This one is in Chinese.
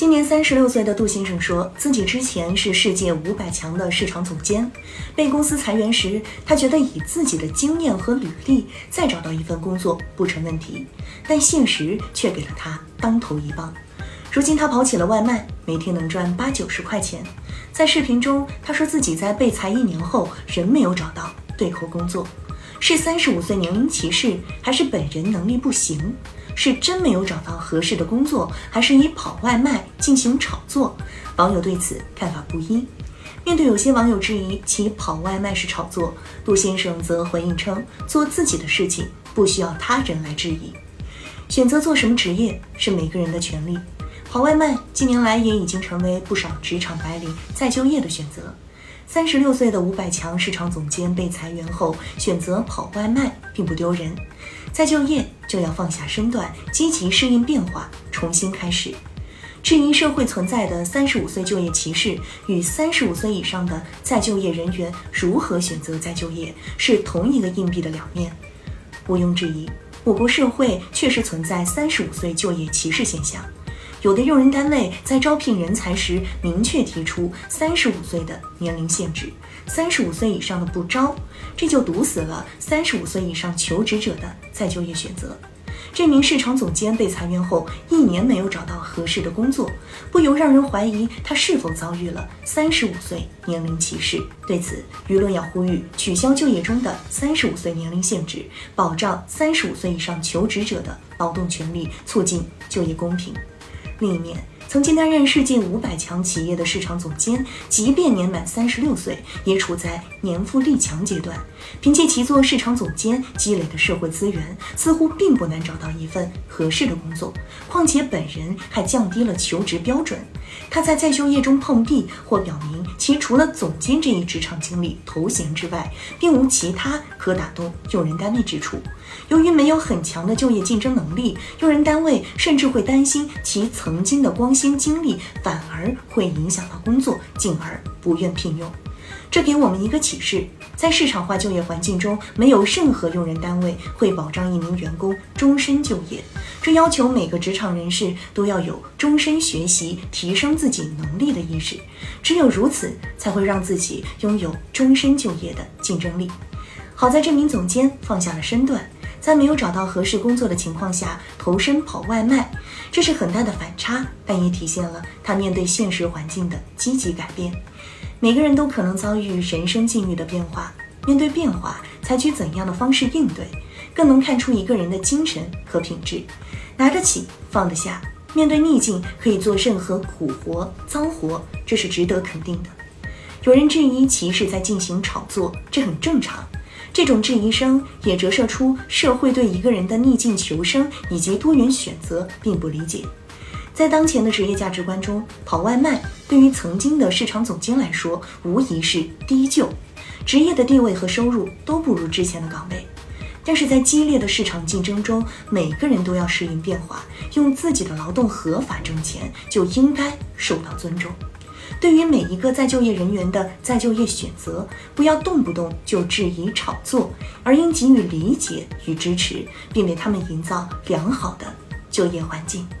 今年36岁的杜先生说，自己之前是世界500强的市场总监，被公司裁员时，他觉得以自己的经验和履历再找到一份工作不成问题，但现实却给了他当头一棒。如今他跑起了外卖，每天能赚80-90块钱。在视频中，他说自己在被裁1年后仍没有找到对口工作，是35岁年龄歧视，还是本人能力不行？是真没有找到合适的工作，还是以跑外卖进行炒作？网友对此看法不一。面对有些网友质疑其跑外卖是炒作，杜先生则回应称，做自己的事情不需要他人来质疑。选择做什么职业是每个人的权利，跑外卖近年来也已经成为不少职场白领再就业的选择。36岁的500强市场总监被裁员后选择跑外卖并不丢人，再就业就要放下身段，积极适应变化，重新开始。质疑社会存在的35岁就业歧视与35岁以上的再就业人员如何选择再就业是同一个硬币的两面。毋庸置疑，我国社会确实存在35岁就业歧视现象。有的用人单位在招聘人才时明确提出35岁的年龄限制，35岁以上的不招，这就堵死了35岁以上求职者的再就业选择。这名市场总监被裁员后1年没有找到合适的工作，不由让人怀疑他是否遭遇了35岁年龄歧视。对此，舆论要呼吁取消就业中的35岁年龄限制，保障35岁以上求职者的劳动权利，促进就业公平。另一面，曾经担任世界500强企业的市场总监，即便年满36岁，也处在年富力强阶段。凭借其做市场总监积累的社会资源，似乎并不难找到一份合适的工作。况且本人还降低了求职标准。他在再就业中碰壁，或表明其除了总监这一职场经历头衔之外，并无其他可打动用人单位之处。由于没有很强的就业竞争能力，用人单位甚至会担心其曾经的光鲜经历反而会影响到工作，进而不愿聘用。这给我们一个启示，在市场化就业环境中，没有任何用人单位会保障一名员工终身就业。这要求每个职场人士都要有终身学习、提升自己能力的意识，只有如此，才会让自己拥有终身就业的竞争力。好在这名总监放下了身段，在没有找到合适工作的情况下投身跑外卖，这是很大的反差，但也体现了他面对现实环境的积极改变。每个人都可能遭遇人生境遇的变化，面对变化，采取怎样的方式应对，更能看出一个人的精神和品质。拿得起，放得下，面对逆境可以做任何苦活、脏活，这是值得肯定的。有人质疑其是在进行炒作，这很正常。这种质疑声也折射出社会对一个人的逆境求生以及多元选择并不理解。在当前的职业价值观中，跑外卖对于曾经的市场总监来说，无疑是低就，职业的地位和收入都不如之前的岗位。但是在激烈的市场竞争中，每个人都要适应变化，用自己的劳动合法挣钱，就应该受到尊重。对于每一个再就业人员的再就业选择，不要动不动就质疑炒作，而应给予理解与支持，并为他们营造良好的就业环境。